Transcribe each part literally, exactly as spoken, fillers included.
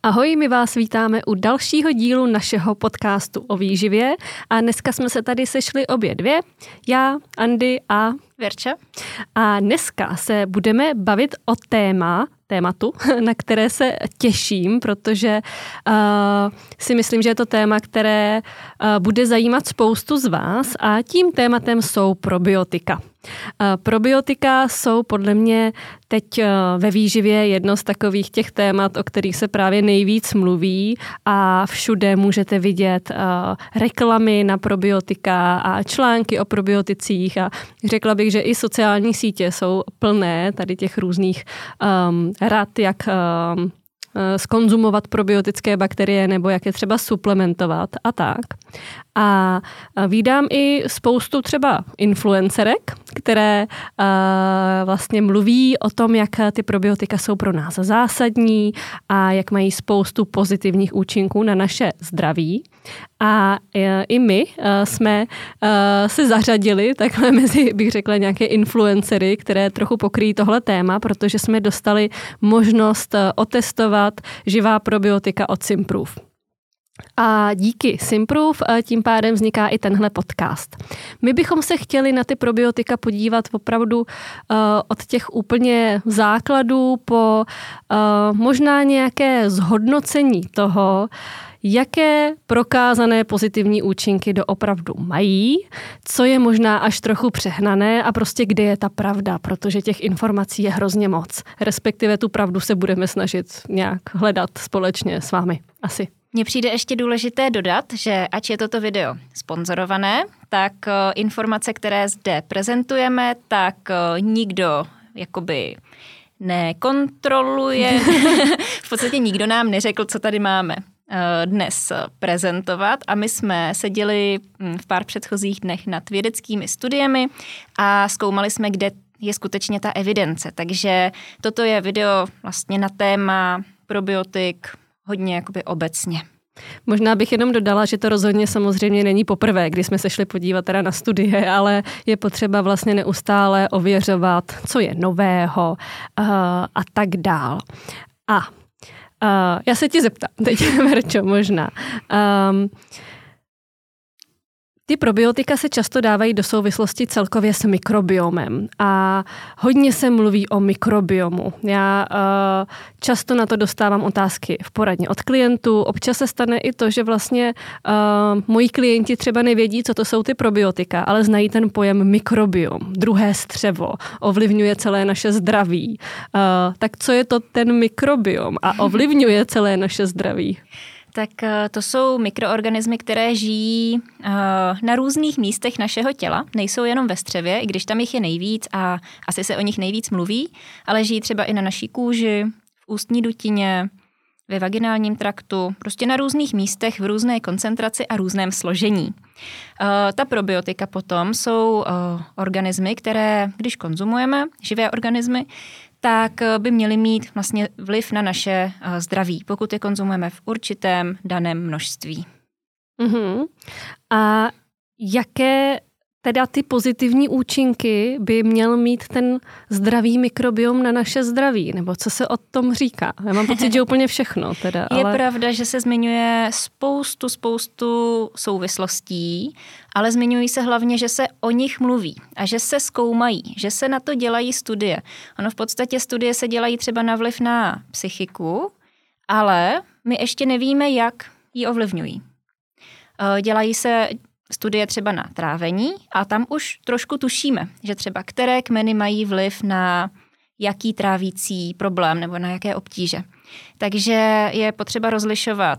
Ahoj, my vás vítáme u dalšího dílu našeho podcastu o výživě a dneska jsme se tady sešli obě dvě, já, Andy a Verča. A dneska se budeme bavit o téma, tématu, na které se těším, protože uh, si myslím, že je to téma, které uh, bude zajímat spoustu z vás a tím tématem jsou probiotika. Uh, probiotika jsou podle mě teď uh, ve výživě jedno z takových těch témat, o kterých se právě nejvíc mluví a všude můžete vidět uh, reklamy na probiotika a články o probioticích a řekla bych, že i sociální sítě jsou plné tady těch různých um, rad, jak um, zkonzumovat probiotické bakterie nebo jak je třeba suplementovat a tak. A vídám i spoustu třeba influencerek, které uh, vlastně mluví o tom, jak ty probiotika jsou pro nás zásadní a jak mají spoustu pozitivních účinků na naše zdraví. A i my jsme se zařadili takhle mezi, bych řekla, nějaké influencery, které trochu pokryjí tohle téma, protože jsme dostali možnost otestovat živá probiotika od Simproof. A díky Simproof tím pádem vzniká i tenhle podcast. My bychom se chtěli na ty probiotika podívat opravdu uh, od těch úplně základů po uh, možná nějaké zhodnocení toho, jaké prokázané pozitivní účinky doopravdu mají, co je možná až trochu přehnané a prostě kde je ta pravda, protože těch informací je hrozně moc. Respektive tu pravdu se budeme snažit nějak hledat společně s vámi. Asi. Mně přijde ještě důležité dodat, že ač je toto video sponzorované, tak informace, které zde prezentujeme, tak nikdo jakoby nekontroluje. V podstatě nikdo nám neřekl, co tady máme dnes prezentovat a my jsme seděli v pár předchozích dnech nad vědeckými studiemi a zkoumali jsme, kde je skutečně ta evidence. Takže toto je video vlastně na téma probiotik hodně jakoby obecně. Možná bych jenom dodala, že to rozhodně samozřejmě není poprvé, kdy jsme se šli podívat teda na studie, ale je potřeba vlastně neustále ověřovat, co je nového uh, a tak dál. A Uh, já se ti zeptám, teď Verčo, možná. Um, ty probiotika se často dávají do souvislosti celkově s mikrobiomem a hodně se mluví o mikrobiomu. Já uh, často na to dostávám otázky v poradně od klientů. Občas se stane i to, že vlastně uh, moji klienti třeba nevědí, co to jsou ty probiotika, ale znají ten pojem mikrobiom, druhé střevo, ovlivňuje celé naše zdraví. Uh, tak co je to ten mikrobiom a ovlivňuje celé naše zdraví? Tak to jsou mikroorganismy, které žijí uh, na různých místech našeho těla. Nejsou jenom ve střevě, i když tam jich je nejvíc a asi se o nich nejvíc mluví, ale žijí třeba i na naší kůži, v ústní dutině, ve vaginálním traktu, prostě na různých místech v různé koncentraci a různém složení. Uh, ta probiotika potom jsou uh, organismy, které, když konzumujeme, živé organismy, tak by měly mít vlastně vliv na naše zdraví, pokud je konzumujeme v určitém daném množství. Uh-huh. A jaké teda ty pozitivní účinky by měl mít ten zdravý mikrobiom na naše zdraví? Nebo co se o tom říká? Já mám pocit, že úplně všechno. Teda, ale... Je pravda, že se zmiňuje spoustu, spoustu souvislostí, ale zmiňují se hlavně, že se o nich mluví a že se zkoumají, že se na to dělají studie. Ono v podstatě studie se dělají třeba na vliv na psychiku, ale my ještě nevíme, jak ji ovlivňují. Dělají se studie třeba na trávení a tam už trošku tušíme, že třeba které kmeny mají vliv na jaký trávící problém nebo na jaké obtíže. Takže je potřeba rozlišovat,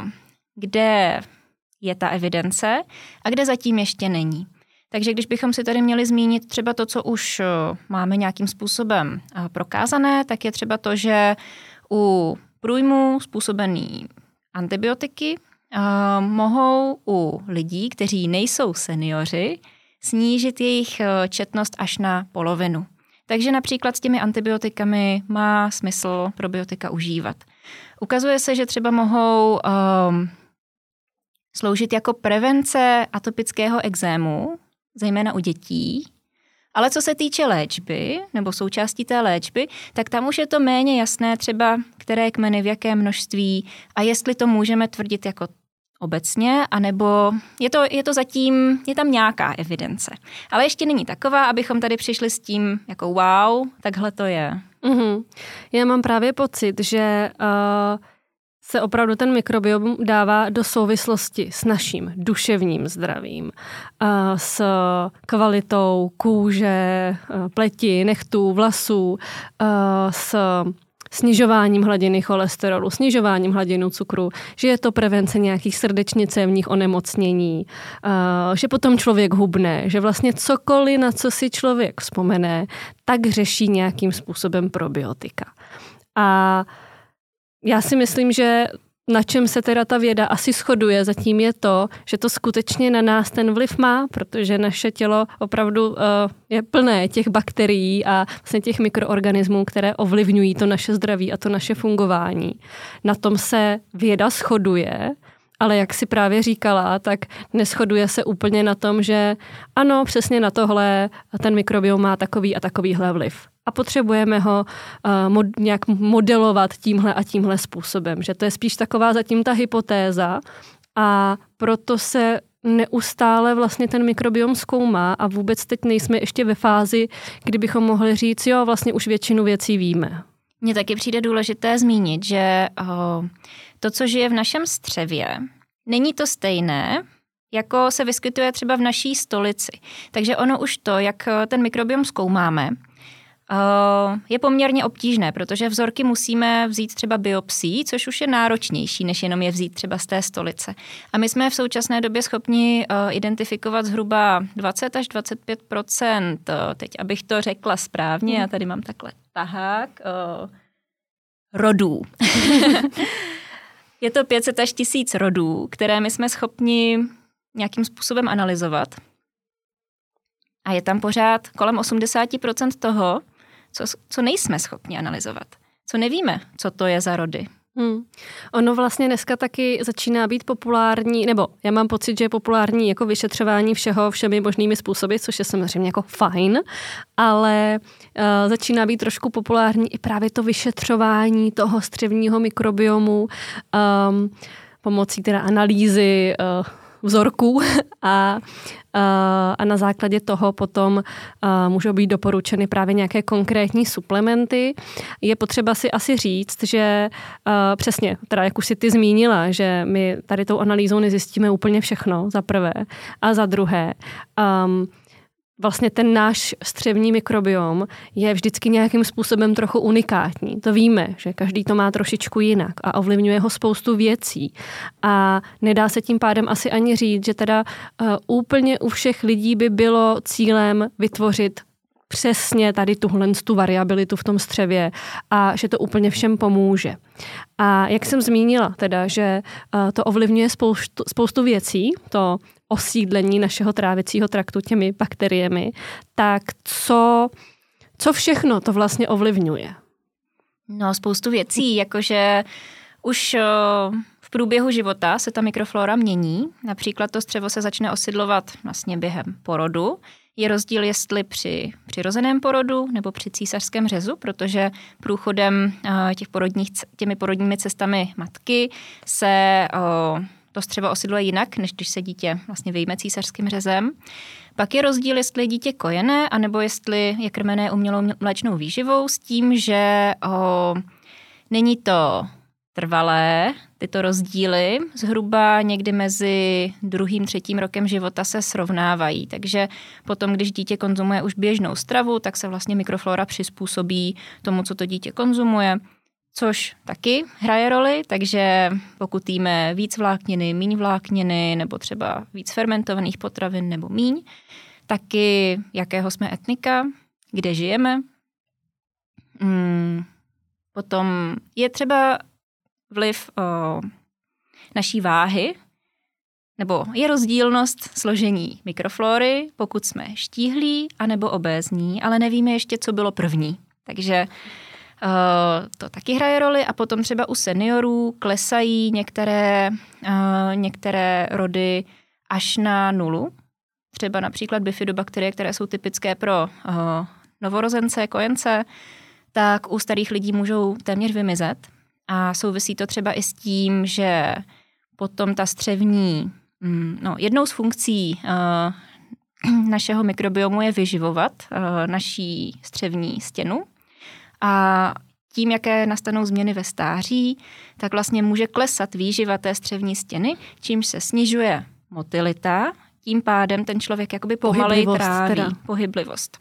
kde je ta evidence a kde zatím ještě není. Takže když bychom si tady měli zmínit třeba to, co už máme nějakým způsobem prokázané, tak je třeba to, že u průjmu způsobený antibiotiky Uh, mohou u lidí, kteří nejsou seniori, snížit jejich četnost až na polovinu. Takže například s těmi antibiotikami má smysl probiotika užívat. Ukazuje se, že třeba mohou um, sloužit jako prevence atopického ekzému, zejména u dětí, Ale co se týče léčby, nebo součástí té léčby, tak tam už je to méně jasné třeba, které kmeny, v jaké množství a jestli to můžeme tvrdit jako obecně, anebo je to, je to zatím, je tam nějaká evidence. Ale ještě není taková, abychom tady přišli s tím jako wow, takhle to je. Mm-hmm. Já mám právě pocit, že uh, se opravdu ten mikrobiom dává do souvislosti s naším duševním zdravím, uh, s kvalitou kůže, uh, pleti, nechtů, vlasů, uh, s snižováním hladiny cholesterolu, snižováním hladiny cukru, že je to prevence nějakých srdečně cévních onemocnění, že potom člověk hubne, že vlastně cokoliv, na co si člověk vzpomene, tak řeší nějakým způsobem probiotika. A já si myslím, že na čem se teda ta věda asi shoduje zatím je to, že to skutečně na nás ten vliv má, protože naše tělo opravdu uh, je plné těch bakterií a vlastně těch mikroorganismů, které ovlivňují to naše zdraví a to naše fungování. Na tom se věda shoduje, ale jak si právě říkala, tak neshoduje se úplně na tom, že ano, přesně na tohle ten mikrobiom má takový a takovýhle vliv. A potřebujeme ho uh, mod, nějak modelovat tímhle a tímhle způsobem. Že to je spíš taková zatím ta hypotéza a proto se neustále vlastně ten mikrobiom zkoumá a vůbec teď nejsme ještě ve fázi, kdybychom mohli říct, jo, vlastně už většinu věcí víme. Mně taky přijde důležité zmínit, že oh, to, co žije v našem střevě, není to stejné, jako se vyskytuje třeba v naší stolici. Takže ono už to, jak ten mikrobiom zkoumáme, je poměrně obtížné, protože vzorky musíme vzít třeba biopsií, což už je náročnější, než jenom je vzít třeba z té stolice. A my jsme v současné době schopni identifikovat zhruba dvacet až dvacet pět procent, teď abych to řekla správně, já tady mám takhle tahák, rodů. Je to pět set až tisíc rodů, které my jsme schopni nějakým způsobem analyzovat. A je tam pořád kolem osmdesát procent toho, co, co nejsme schopni analyzovat. Co nevíme, co to je za rody. Hmm. Ono vlastně dneska taky začíná být populární, nebo já mám pocit, že je populární jako vyšetřování všeho všemi možnými způsoby, což je samozřejmě jako fajn, ale uh, začíná být trošku populární i právě to vyšetřování toho střevního mikrobiomu um, pomocí teda analýzy uh, vzorků a, a na základě toho potom můžou být doporučeny právě nějaké konkrétní suplementy. Je potřeba si asi říct, že přesně, teda jak už si ty zmínila, že my tady tou analýzou nezjistíme úplně všechno, za prvé. A za druhé, um, vlastně ten náš střevní mikrobiom je vždycky nějakým způsobem trochu unikátní. To víme, že každý to má trošičku jinak a ovlivňuje ho spoustu věcí. A nedá se tím pádem asi ani říct, že teda uh, úplně u všech lidí by bylo cílem vytvořit přesně tady tuhle tu variabilitu v tom střevě a že to úplně všem pomůže. A jak jsem zmínila, teda, že uh, to ovlivňuje spoustu, spoustu věcí, to osídlení našeho trávicího traktu těmi bakteriemi, tak co, co všechno to vlastně ovlivňuje? No, spoustu věcí, jakože už v průběhu života se ta mikroflora mění. Například to střevo se začne osidlovat vlastně během porodu. Je rozdíl, jestli při přirozeném porodu nebo při císařském řezu, protože průchodem těch porodních, těmi porodními cestami matky se to střevo osidluje jinak, než když se dítě vlastně vyjme císařským řezem. Pak je rozdíl, jestli je dítě kojené, anebo jestli je krmené umělou mléčnou výživou s tím, že o, není to trvalé, tyto rozdíly zhruba někdy mezi druhým, třetím rokem života se srovnávají. Takže potom, když dítě konzumuje už běžnou stravu, tak se vlastně mikroflora přizpůsobí tomu, co to dítě konzumuje, což taky hraje roli, takže pokud jíme víc vlákniny, míň vlákniny, nebo třeba víc fermentovaných potravin nebo míň, taky jakého jsme etnika, kde žijeme. Hmm. Potom je třeba vliv o, naší váhy, nebo je rozdílnost složení mikroflory, pokud jsme štíhlí anebo obézní, ale nevíme ještě, co bylo první. Takže o, to taky hraje roli a potom třeba u seniorů klesají některé, o, některé rody až na nulu. třeba například bifidobakterie, které jsou typické pro uh, novorozence, kojence, tak u starých lidí můžou téměř vymizet. A souvisí to třeba i s tím, že potom ta střevní, no, jednou z funkcí uh, našeho mikrobiomu je vyživovat uh, naší střevní stěnu. A tím, jaké nastanou změny ve stáří, tak vlastně může klesat výživa té střevní stěny, čímž se snižuje motilita, tím pádem ten člověk jakoby pomalej tráví. Teda. Pohyblivost.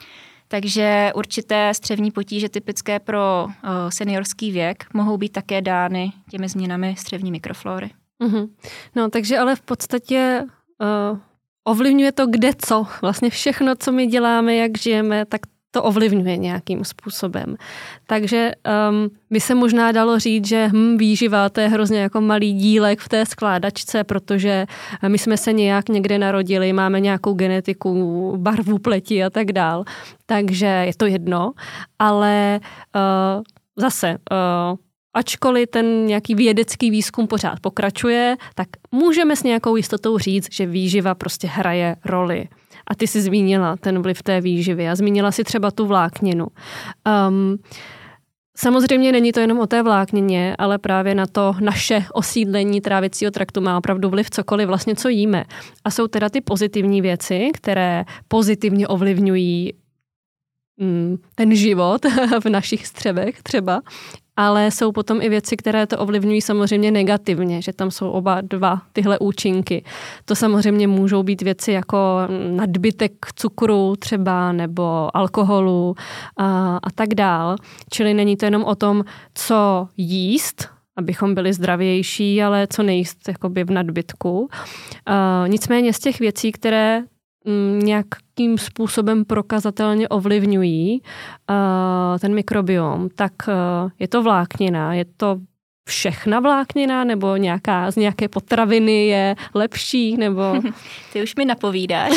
Takže určité střevní potíže typické pro uh, seniorský věk mohou být také dány těmi změnami střevní mikroflóry. Mm-hmm. No, takže ale v podstatě uh, ovlivňuje to kde co. Vlastně všechno, co my děláme, jak žijeme, tak to ovlivňuje nějakým způsobem. Takže um, by se možná dalo říct, že hm, výživa to je hrozně jako malý dílek v té skládačce, protože my jsme se nějak někde narodili, máme nějakou genetiku, barvu pleti a tak dál. Takže je to jedno, ale uh, zase, uh, ačkoliv ten nějaký vědecký výzkum pořád pokračuje, tak můžeme s nějakou jistotou říct, že výživa prostě hraje roli. A ty jsi zmínila ten vliv té výživy a zmínila si třeba tu vlákninu. Um, samozřejmě není to jenom o té vláknině, ale právě na to naše osídlení trávicího traktu má opravdu vliv cokoliv vlastně, co jíme. A jsou teda ty pozitivní věci, které pozitivně ovlivňují mm, ten život v našich střevech třeba, ale jsou potom i věci, které to ovlivňují samozřejmě negativně, že tam jsou oba dva tyhle účinky. To samozřejmě můžou být věci jako nadbytek cukru třeba nebo alkoholu a, a tak dál. Čili není to jenom o tom, co jíst, abychom byli zdravější, ale co nejíst jakoby v nadbytku. A, nicméně z těch věcí, které nějakým způsobem prokazatelně ovlivňují uh, ten mikrobiom, tak uh, je to vláknina, je to všechna vláknina, nebo nějaká z nějaké potraviny je lepší, nebo... Ty už mi napovídáš.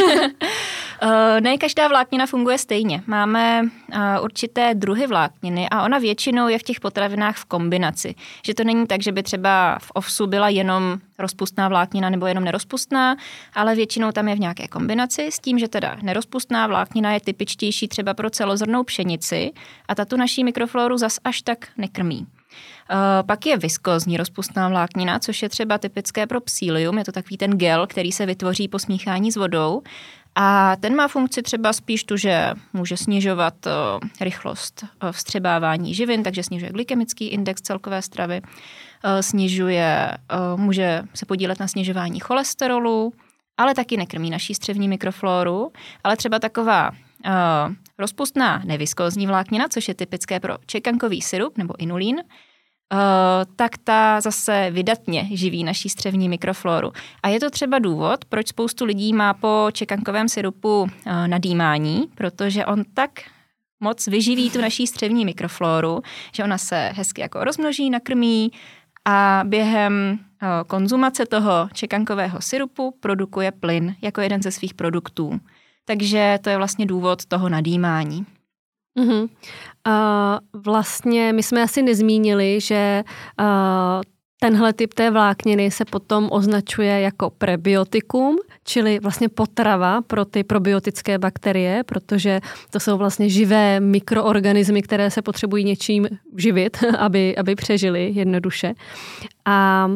Ne každá vláknina funguje stejně. Máme určité druhy vlákniny a ona většinou je v těch potravinách v kombinaci. Že to není tak, že by třeba v ovsu byla jenom rozpustná vláknina nebo jenom nerozpustná, ale většinou tam je v nějaké kombinaci s tím, že teda nerozpustná vláknina je typičtější třeba pro celozrnnou pšenici a ta tu naší mikroflóru zas až tak nekrmí. Uh, pak je viskózní rozpustná vláknina, což je třeba typické pro psyllium, je to takový ten gel, který se vytvoří po smíchání s vodou a ten má funkci třeba spíš tu, že může snižovat uh, rychlost uh, vstřebávání živin, takže snižuje glykemický index celkové stravy, uh, snižuje, uh, může se podílet na snižování cholesterolu, ale taky nekrmí naší střevní mikroflóru, ale třeba taková uh, rozpustná neviskózní vláknina, což je typické pro čekankový sirup nebo inulín, Uh, tak ta zase vydatně živí naší střevní mikroflóru. A je to třeba důvod, proč spoustu lidí má po čekankovém sirupu uh, nadýmání, protože on tak moc vyživí tu naší střevní mikroflóru, že ona se hezky jako rozmnoží, nakrmí a během uh, konzumace toho čekankového sirupu produkuje plyn jako jeden ze svých produktů. Takže to je vlastně důvod toho nadýmání. Mm-hmm. Uh, vlastně my jsme asi nezmínili, že uh, tenhle typ té vlákniny se potom označuje jako prebiotikum, čili vlastně potrava pro ty probiotické bakterie, protože to jsou vlastně živé mikroorganismy, které se potřebují něčím živit, aby, aby přežili jednoduše. A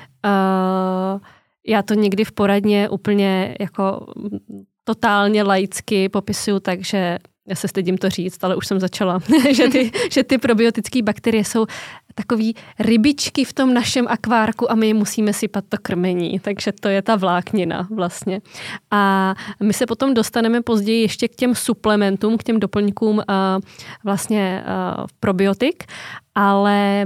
uh, já to někdy v poradně úplně jako totálně laicky popisuju, takže já se stydím to říct, ale už jsem začala, že, ty, že ty probiotické bakterie jsou takový rybičky v tom našem akvárku a my musíme sypat to krmení, takže to je ta vláknina vlastně. A my se potom dostaneme později ještě k těm suplementům, k těm doplňkům uh, vlastně uh, probiotik, ale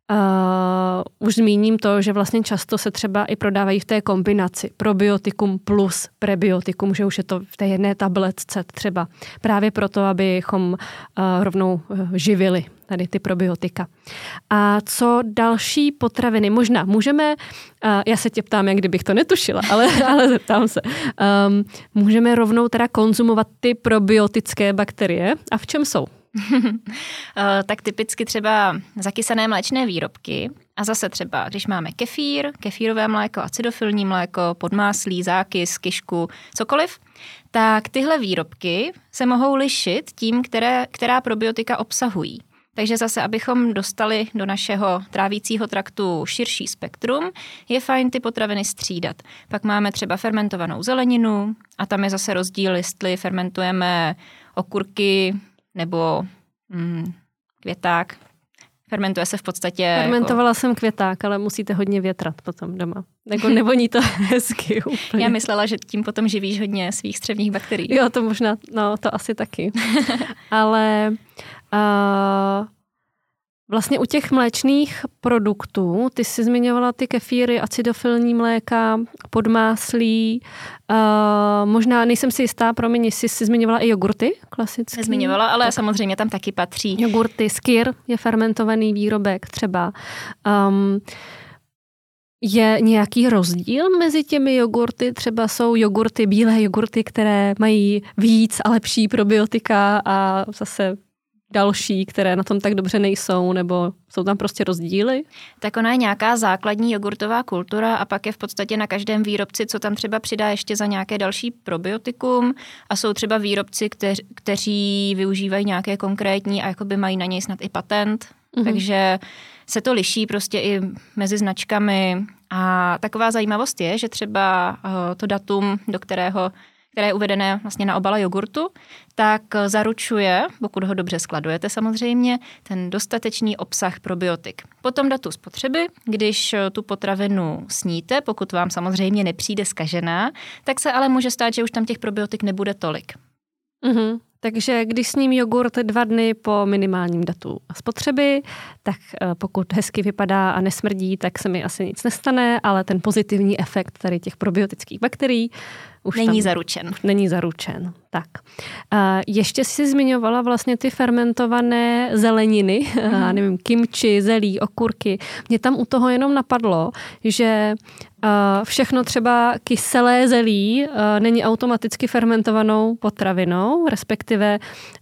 Uh, už zmíním to, že vlastně často se třeba i prodávají v té kombinaci probiotikum plus prebiotikum, že už je to v té jedné tabletce třeba. Právě proto, abychom uh, rovnou uh, živili tady ty probiotika. A co další potraviny? Možná můžeme, uh, já se tě ptám, jak kdybych to netušila, ale, ale zeptám se. Um, můžeme rovnou teda konzumovat ty probiotické bakterie. A v čem jsou? Tak typicky třeba zakysané mléčné výrobky a zase třeba, když máme kefír, kefírové mléko, acidofilní mléko, podmáslí, zákys, kišku, cokoliv, tak tyhle výrobky se mohou lišit tím, které, která probiotika obsahují. Takže zase, abychom dostali do našeho trávícího traktu širší spektrum, je fajn ty potraviny střídat. Pak máme třeba fermentovanou zeleninu a tam je zase rozdíl, jestli fermentujeme okurky nebo mm, květák. Fermentuje se v podstatě... Fermentovala jako... jsem květák, ale musíte hodně větrat potom doma. Jako nevoní to hezky úplně. Já myslela, že tím potom živíš hodně svých střevních bakterií. Jo, to možná, no to asi taky. Ale uh, vlastně u těch mléčných produktů, ty jsi zmiňovala ty kefíry, acidofilní mléka, podmáslí, uh, možná nejsem si jistá, promiň, jsi si zmiňovala i jogurty klasicky? Nezmiňovala, ale tak. Samozřejmě tam taky patří. Jogurty, skyr je fermentovaný výrobek třeba. Um, Je nějaký rozdíl mezi těmi jogurty? Třeba jsou jogurty, bílé jogurty, které mají víc a lepší probiotika a zase další, které na tom tak dobře nejsou, nebo jsou tam prostě rozdíly? Tak ona je nějaká základní jogurtová kultura a pak je v podstatě na každém výrobci, co tam třeba přidá ještě za nějaké další probiotikum a jsou třeba výrobci, kteř, kteří využívají nějaké konkrétní a jakoby mají na něj snad i patent, mm-hmm. takže se to liší prostě i mezi značkami a taková zajímavost je, že třeba to datum, do kterého, které je uvedené vlastně na obale jogurtu, tak zaručuje, pokud ho dobře skladujete samozřejmě, ten dostatečný obsah probiotik. Potom datu spotřeby, když tu potravinu sníte, pokud vám samozřejmě nepřijde zkažená, tak se ale může stát, že už tam těch probiotik nebude tolik. Mhm. Takže když sním jogurt dva dny po minimálním datu spotřeby, tak pokud hezky vypadá a nesmrdí, tak se mi asi nic nestane, ale ten pozitivní efekt tady těch probiotických bakterií už není tam zaručen. Není zaručen. Tak. Ještě si zmiňovala vlastně ty fermentované zeleniny, mm. nevím, kimči, zelí, okurky. Mě tam u toho jenom napadlo, že všechno třeba kyselé zelí není automaticky fermentovanou potravinou, respektive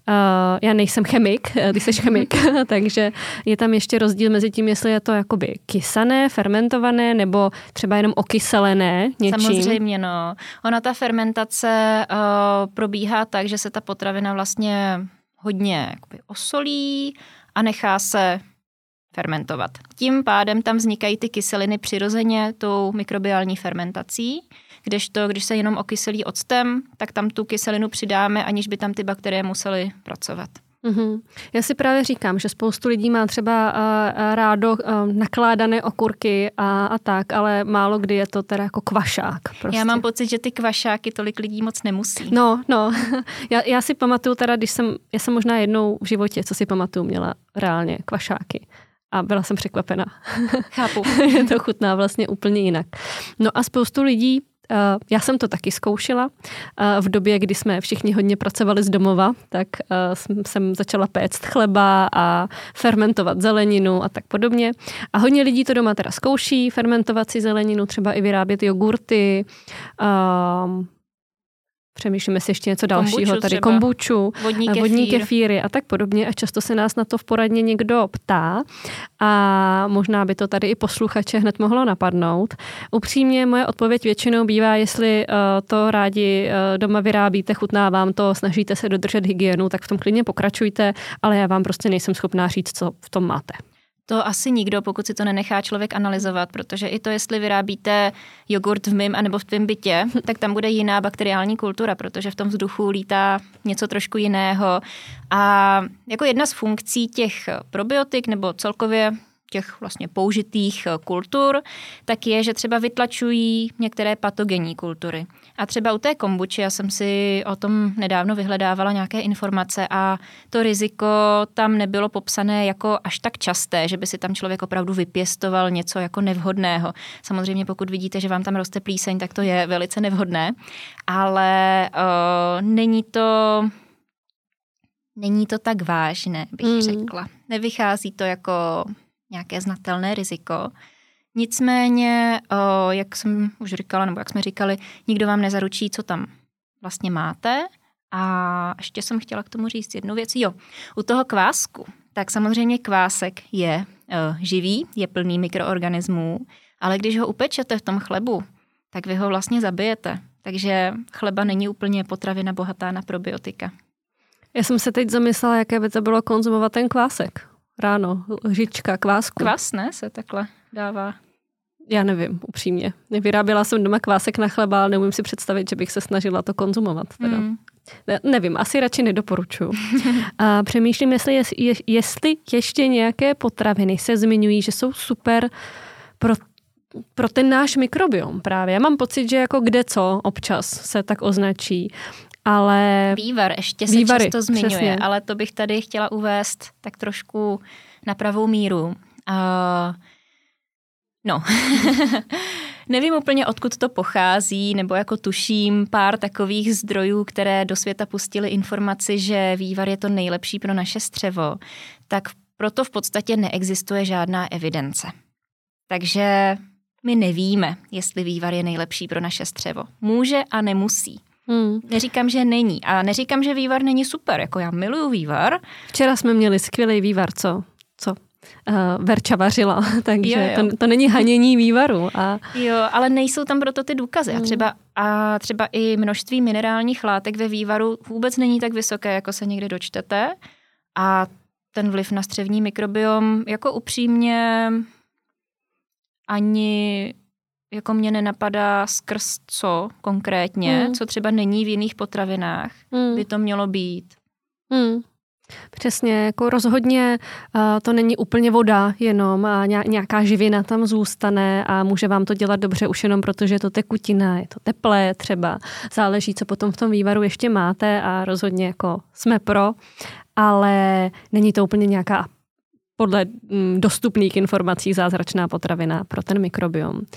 já nejsem chemik, ty jsi chemik, takže je tam ještě rozdíl mezi tím, jestli je to jakoby kysané, fermentované, nebo třeba jenom okyselené něčím. Samozřejmě, no. Ona ta fermentace uh, probíhá tak, že se ta potravina vlastně hodně jakoby osolí a nechá se fermentovat. Tím pádem tam vznikají ty kyseliny přirozeně tou mikrobiální fermentací, kdežto, když se jenom okyselí octem, tak tam tu kyselinu přidáme, aniž by tam ty bakterie musely pracovat. Mm-hmm. Já si právě říkám, že spoustu lidí má třeba uh, rádo uh, nakládané okurky a, a tak, ale málo kdy je to teda jako kvašák. Prostě. Já mám pocit, že ty kvašáky tolik lidí moc nemusí. No, no. já, já si pamatuju teda, když jsem, já jsem možná jednou v životě, co si pamatuju, měla reálně kvašáky. A byla jsem překvapena. Chápu. Je to chutná vlastně úplně jinak. No a spoustu lidí, já jsem to taky zkoušela v době, kdy jsme všichni hodně pracovali z domova, tak jsem začala péct chleba a fermentovat zeleninu a tak podobně. A hodně lidí to doma teda zkouší, fermentovat si zeleninu, třeba i vyrábět jogurty, um, přemýšlíme si ještě něco dalšího, kombuču tady třeba. kombuču, vodní, kefír. vodní kefíry a tak podobně a často se nás na to v poradně někdo ptá a možná by to tady i posluchače hned mohlo napadnout. Upřímně moje odpověď většinou bývá, jestli uh, to rádi uh, doma vyrábíte, chutná vám to, snažíte se dodržet hygienu, tak v tom klidně pokračujte, ale já vám prostě nejsem schopná říct, co v tom máte. To asi nikdo, pokud si to nenechá člověk analyzovat, protože i to, jestli vyrábíte jogurt v mým anebo v tvém bytě, tak tam bude jiná bakteriální kultura, protože v tom vzduchu lítá něco trošku jiného. A jako jedna z funkcí těch probiotik nebo celkově těch vlastně použitých kultur, tak je, že třeba vytlačují některé patogenní kultury. A třeba u té kombuči, já jsem si o tom nedávno vyhledávala nějaké informace a to riziko tam nebylo popsané jako až tak časté, že by si tam člověk opravdu vypěstoval něco jako nevhodného. Samozřejmě pokud vidíte, že vám tam roste plíseň, tak to je velice nevhodné, ale uh, není to... Není to tak vážné, bych mm. řekla. Nevychází to jako nějaké znatelné riziko. Nicméně, o, jak jsem už říkala, nebo jak jsme říkali, nikdo vám nezaručí, co tam vlastně máte A ještě jsem chtěla k tomu říct jednu věc. Jo, u toho kvásku, tak samozřejmě kvásek je uh, živý, je plný mikroorganismů, ale když ho upečete v tom chlebu, tak vy ho vlastně zabijete. Takže chleba není úplně potravina bohatá na probiotika. Já jsem se teď zamyslela, jaké by to bylo konzumovat ten kvásek. Ráno, lžička kvásku. Kvás, ne, se takhle dává. Já nevím, upřímně. Nevyráběla jsem doma kvásek na chleba, ale neumím si představit, že bych se snažila to konzumovat. Teda. Mm. Ne, nevím, asi radši nedoporučuju. A přemýšlím, jestli, je, je, jestli ještě nějaké potraviny se zmiňují, že jsou super pro, pro ten náš mikrobiom právě. Já mám pocit, že jako kde co občas se tak označí. Ale vývar ještě se vývary, často zmiňuje, přesně. Ale to bych tady chtěla uvést tak trošku na pravou míru. Uh, no, nevím úplně, odkud to pochází, nebo jako tuším pár takových zdrojů, které do světa pustily informaci, že vývar je to nejlepší pro naše střevo, tak proto v podstatě neexistuje žádná evidence. Takže my nevíme, jestli vývar je nejlepší pro naše střevo. Může a nemusí. Hmm. Neříkám, že není. A neříkám, že vývar není super. Jako já miluju vývar. Včera jsme měli skvělý vývar, co? Co? Uh, Verča vařila, takže jo, jo. To, to není hanění vývaru. A... Jo, ale nejsou tam proto ty důkazy. Hmm. A, třeba, a třeba i množství minerálních látek ve vývaru vůbec není tak vysoké, jako se někde dočtete. A ten vliv na střevní mikrobiom jako upřímně ani... jako mě nenapadá skrz co konkrétně, hmm. co třeba není v jiných potravinách, hmm. by to mělo být. Hmm. Přesně, jako rozhodně uh, to není úplně voda jenom a nějaká živina tam zůstane a může vám to dělat dobře už jenom protože je to tekutina, je to teplé třeba, záleží, co potom v tom vývaru ještě máte a rozhodně jako jsme pro, ale není to úplně nějaká podle dostupných informací zázračná potravina pro ten mikrobiom. Uh,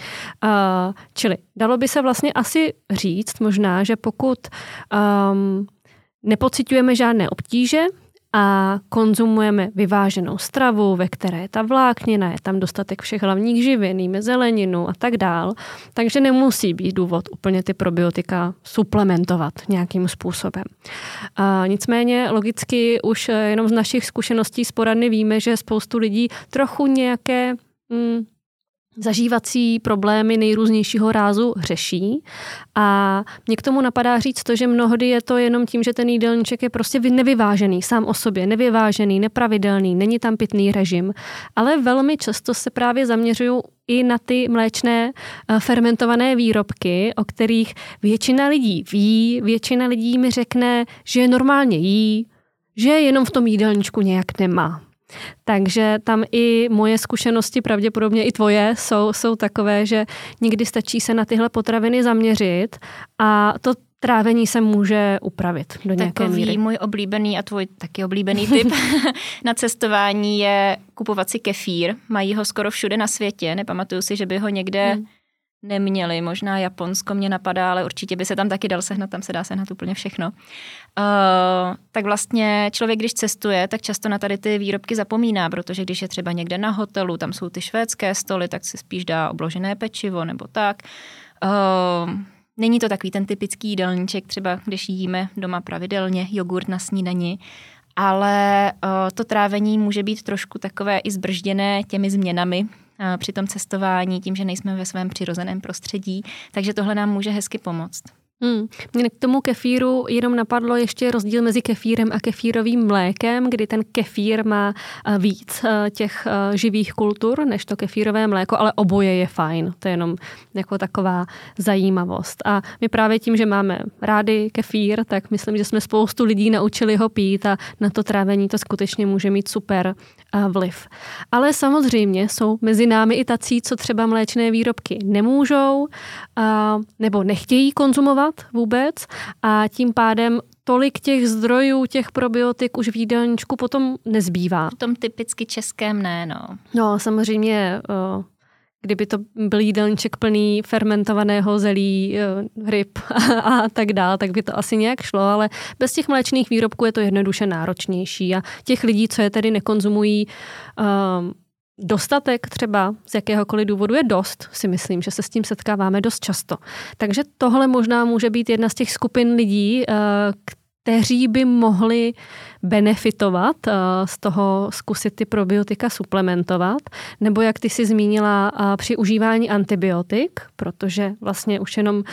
čili dalo by se vlastně asi říct možná, že pokud um, nepociťujeme žádné obtíže a konzumujeme vyváženou stravu, ve které je ta vláknina, je tam dostatek všech hlavních živin, jíme zeleninu a tak dál, takže nemusí být důvod úplně ty probiotika suplementovat nějakým způsobem. A nicméně logicky už jenom z našich zkušeností z poradny víme, že spoustu lidí trochu nějaké mm, zažívací problémy nejrůznějšího rázu řeší a mě k tomu napadá říct to, že mnohdy je to jenom tím, že ten jídelníček je prostě nevyvážený sám o sobě, nevyvážený, nepravidelný, není tam pitný režim, ale velmi často se právě zaměřují i na ty mléčné fermentované výrobky, o kterých většina lidí ví, většina lidí mi řekne, že je normálně jí, že jenom v tom jídelníčku nějak nemá. Takže tam i moje zkušenosti, pravděpodobně i tvoje, jsou, jsou takové, že někdy stačí se na tyhle potraviny zaměřit a to trávení se může upravit do nějaké Takový míry. Můj oblíbený a tvůj taky oblíbený tip na cestování je kupovat si kefír. Mají ho skoro všude na světě, nepamatuju si, že by ho někde... Hmm. neměli, možná Japonsko mě napadá, ale určitě by se tam taky dal sehnat, tam se dá sehnat úplně všechno. Uh, tak vlastně člověk, když cestuje, tak často na tady ty výrobky zapomíná, protože když je třeba někde na hotelu, tam jsou ty švédské stoly, tak si spíš dá obložené pečivo nebo tak. Uh, není to takový ten typický jídelníček, třeba když jíme doma pravidelně jogurt na snídani, ale uh, to trávení může být trošku takové i zbržděné těmi změnami při tom cestování, tím, že nejsme ve svém přirozeném prostředí, takže tohle nám může hezky pomoct. Hmm. Mě k tomu kefíru jenom napadlo ještě rozdíl mezi kefírem a kefírovým mlékem, kdy ten kefír má víc těch živých kultur než to kefírové mléko, ale oboje je fajn. To je jenom jako taková zajímavost. A my právě tím, že máme rádi kefír, tak myslím, že jsme spoustu lidí naučili ho pít a na to trávení to skutečně může mít super vliv. Ale samozřejmě jsou mezi námi i tací, co třeba mléčné výrobky nemůžou nebo nechtějí konzumovat vůbec a tím pádem tolik těch zdrojů, těch probiotik už v jídelníčku potom nezbývá. V tom typicky českém ne, no. No, samozřejmě, kdyby to byl jídelníček plný fermentovaného zelí, ryb a tak dál, tak by to asi nějak šlo, ale bez těch mléčných výrobků je to jednoduše náročnější a těch lidí, co je tedy nekonzumují, um, dostatek třeba z jakéhokoliv důvodu je dost, si myslím, že se s tím setkáváme dost často. Takže tohle možná může být jedna z těch skupin lidí, kteří by mohli benefitovat z toho, zkusit ty probiotika suplementovat, nebo jak ty jsi zmínila při užívání antibiotik, protože vlastně už jenom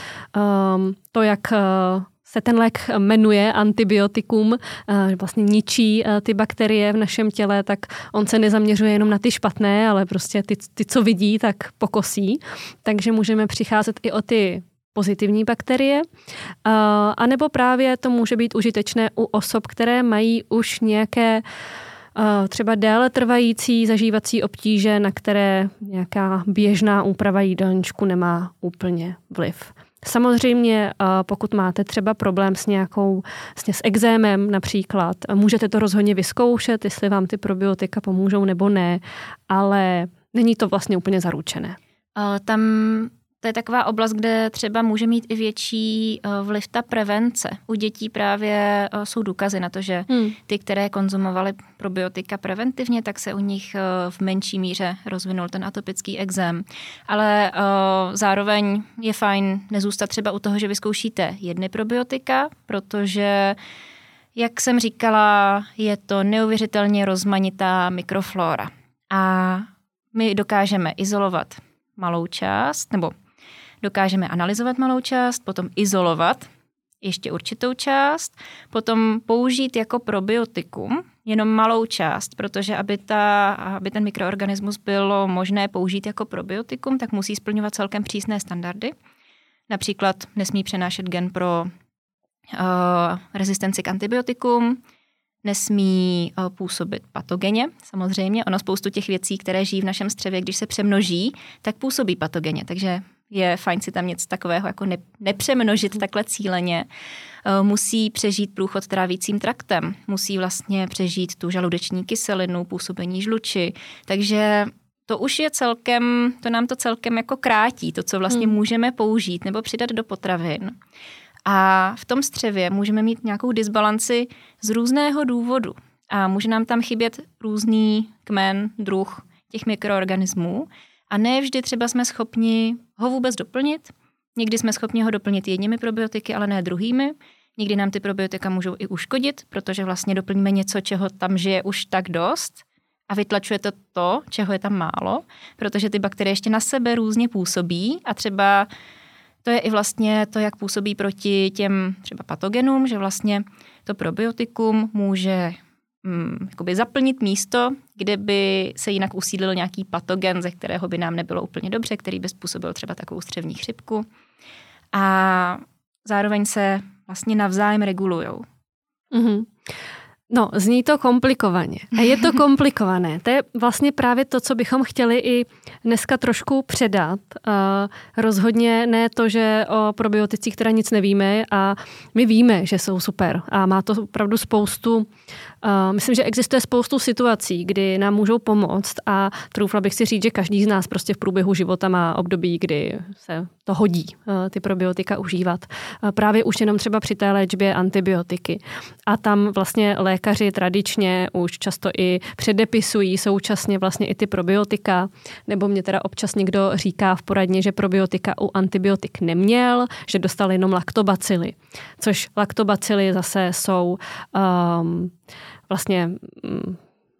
to, jak se ten lék jmenuje antibiotikum, vlastně ničí ty bakterie v našem těle, tak on se nezaměřuje jenom na ty špatné, ale prostě ty, ty co vidí, tak pokosí. Takže můžeme přicházet i o ty pozitivní bakterie, a nebo právě to může být užitečné u osob, které mají už nějaké třeba déle trvající zažívací obtíže, na které nějaká běžná úprava jídelníčku nemá úplně vliv. Samozřejmě, pokud máte třeba problém s nějakou, s ekzémem například, můžete to rozhodně vyzkoušet, jestli vám ty probiotika pomůžou nebo ne, ale není to vlastně úplně zaručené. Tam to je taková oblast, kde třeba může mít i větší vliv ta prevence. U dětí právě jsou důkazy na to, že ty, které konzumovaly probiotika preventivně, tak se u nich v menší míře rozvinul ten atopický ekzém. Ale zároveň je fajn nezůstat třeba u toho, že vyzkoušíte jedny probiotika, protože, jak jsem říkala, je to neuvěřitelně rozmanitá mikroflora. A my dokážeme izolovat malou část, nebo dokážeme analyzovat malou část, potom izolovat ještě určitou část, potom použít jako probiotikum jenom malou část, protože aby, ta, aby ten mikroorganismus bylo možné použít jako probiotikum, tak musí splňovat celkem přísné standardy. Například nesmí přenášet gen pro uh, rezistenci k antibiotikum, nesmí uh, působit patogeně, samozřejmě. Ono spoustu těch věcí, které žijí v našem střevě, když se přemnoží, tak působí patogeně, takže je fajn si tam něco takového jako ne, nepřemnožit takhle cíleně. Uh, musí přežít průchod trávícím traktem, musí vlastně přežít tu žaludeční kyselinu, působení žluči, takže to už je celkem, to nám to celkem jako krátí, to, co vlastně hmm. můžeme použít nebo přidat do potravin. A v tom střevě můžeme mít nějakou disbalanci z různého důvodu. A může nám tam chybět různý kmen, druh těch mikroorganismů. A ne vždy třeba jsme schopni ho vůbec doplnit. Někdy jsme schopni ho doplnit jedními probiotiky, ale ne druhými. Někdy nám ty probiotika můžou i uškodit, protože vlastně doplníme něco, čeho tam žije už tak dost a vytlačuje to to, čeho je tam málo, protože ty bakterie ještě na sebe různě působí a třeba to je i vlastně to, jak působí proti těm třeba patogenům, že vlastně to probiotikum může hm, jakoby zaplnit místo, kde by se jinak usídlil nějaký patogen, ze kterého by nám nebylo úplně dobře, který by způsobil třeba takovou střevní chřipku. A zároveň se vlastně navzájem regulujou. Mm-hmm. No, zní to komplikovaně. A je to komplikované. To je vlastně právě to, co bychom chtěli i dneska trošku předat. Uh, rozhodně ne to, že o probioticích teda nic nevíme a my víme, že jsou super. A má to opravdu spoustu, uh, myslím, že existuje spoustu situací, kdy nám můžou pomoct a troufla bych si říct, že každý z nás prostě v průběhu života má období, kdy se to hodí uh, ty probiotika užívat. Uh, právě už jenom třeba při té léčbě antibiotiky. A tam vlastně lékaři tradičně už často i předepisují současně vlastně i ty probiotika, nebo mě teda občas někdo říká v poradně, že probiotika u antibiotik neměl, že dostal jenom laktobacily. Což laktobacily zase jsou um, vlastně um,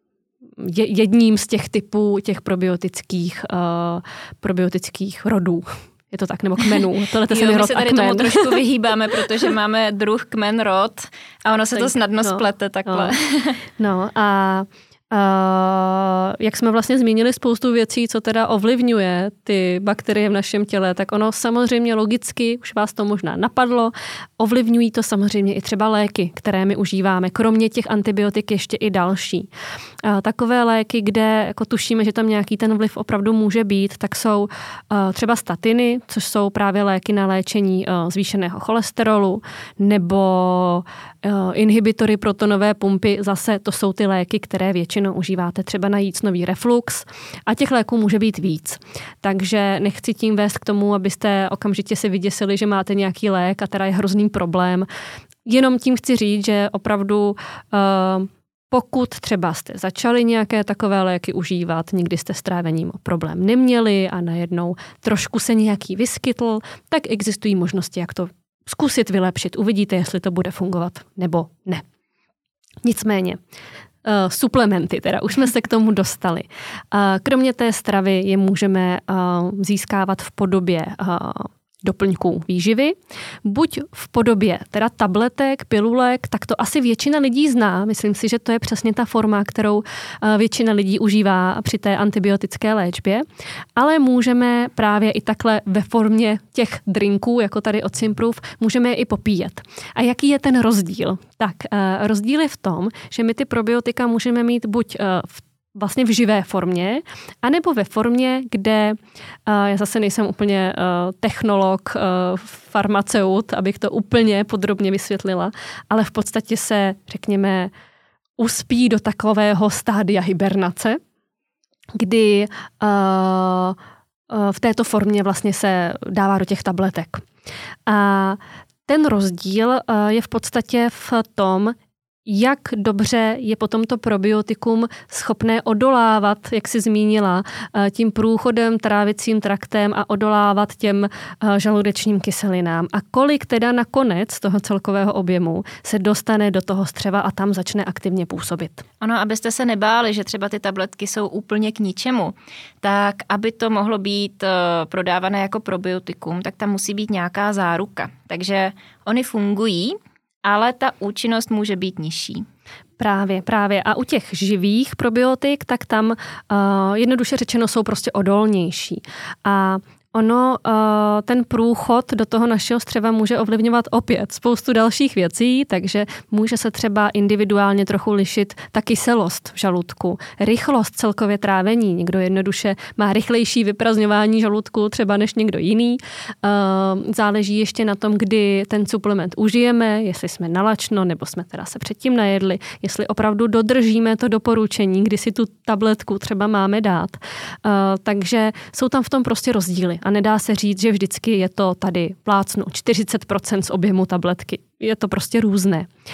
jedním z těch typů těch probiotických, uh, probiotických rodů. Je to tak, nebo kmenů. Tohle se mi my rod se tady a kmen. tomu trošku vyhýbáme, protože máme druh, kmen, rod a ono se tak, to snadno no, splete takhle. No, no a Uh, jak jsme vlastně zmínili spoustu věcí, co teda ovlivňuje ty bakterie v našem těle, tak ono samozřejmě logicky, už vás to možná napadlo, ovlivňují to samozřejmě i třeba léky, které my užíváme. Kromě těch antibiotik ještě i další. Uh, takové léky, kde jako tušíme, že tam nějaký ten vliv opravdu může být, tak jsou uh, třeba statiny, což jsou právě léky na léčení uh, zvýšeného cholesterolu, nebo uh, inhibitory protonové pumpy, zase to jsou ty léky, které většinou užíváte třeba na jícnový reflux a těch léků může být víc. Takže nechci tím vést k tomu, abyste okamžitě si vyděsili, že máte nějaký lék a teda je hrozný problém. Jenom tím chci říct, že opravdu uh, pokud třeba jste začali nějaké takové léky užívat, nikdy jste s trávením problém neměli a najednou trošku se nějaký vyskytl, tak existují možnosti, jak to zkusit vylepšit. Uvidíte, jestli to bude fungovat nebo ne. Nicméně, Uh, suplementy, teda už jsme se k tomu dostali. Uh, kromě té stravy je můžeme uh, získávat v podobě uh, doplňků výživy, buď v podobě teda tabletek, pilulek, tak to asi většina lidí zná. Myslím si, že to je přesně ta forma, kterou uh, většina lidí užívá při té antibiotické léčbě, ale můžeme právě i takhle ve formě těch drinků, jako tady od Simproof, můžeme je i popíjet. A jaký je ten rozdíl? Tak uh, rozdíl je v tom, že my ty probiotika můžeme mít buď uh, v vlastně v živé formě, anebo ve formě, kde uh, já zase nejsem úplně uh, technolog, uh, farmaceut, abych to úplně podrobně vysvětlila, ale v podstatě se, řekněme, uspí do takového stádia hibernace, kdy uh, uh, v této formě vlastně se dává do těch tabletek. A ten rozdíl uh, je v podstatě v tom, jak dobře je potom to probiotikum schopné odolávat, jak jsi zmínila, tím průchodem, trávicím traktem a odolávat těm žaludečním kyselinám. A kolik teda nakonec toho celkového objemu se dostane do toho střeva a tam začne aktivně působit. Ono, abyste se nebáli, že třeba ty tabletky jsou úplně k ničemu, tak aby to mohlo být prodávané jako probiotikum, tak tam musí být nějaká záruka. Takže oni fungují, ale ta účinnost může být nižší. Právě, právě. A u těch živých probiotik, tak tam uh, jednoduše řečeno jsou prostě odolnější. A ono, uh, ten průchod do toho našeho střeva může ovlivňovat opět spoustu dalších věcí, takže může se třeba individuálně trochu lišit ta kyselost v žaludku, rychlost celkově trávení. Někdo jednoduše má rychlejší vyprazňování žaludku třeba než někdo jiný. Uh, záleží ještě na tom, kdy ten suplement užijeme, jestli jsme nalačno, nebo jsme teda se předtím najedli, jestli opravdu dodržíme to doporučení, kdy si tu tabletku třeba máme dát. Uh, takže jsou tam v tom prostě rozdíly. A nedá se říct, že vždycky je to tady plácnu čtyřicet procent z objemu tabletky. Je to prostě různé.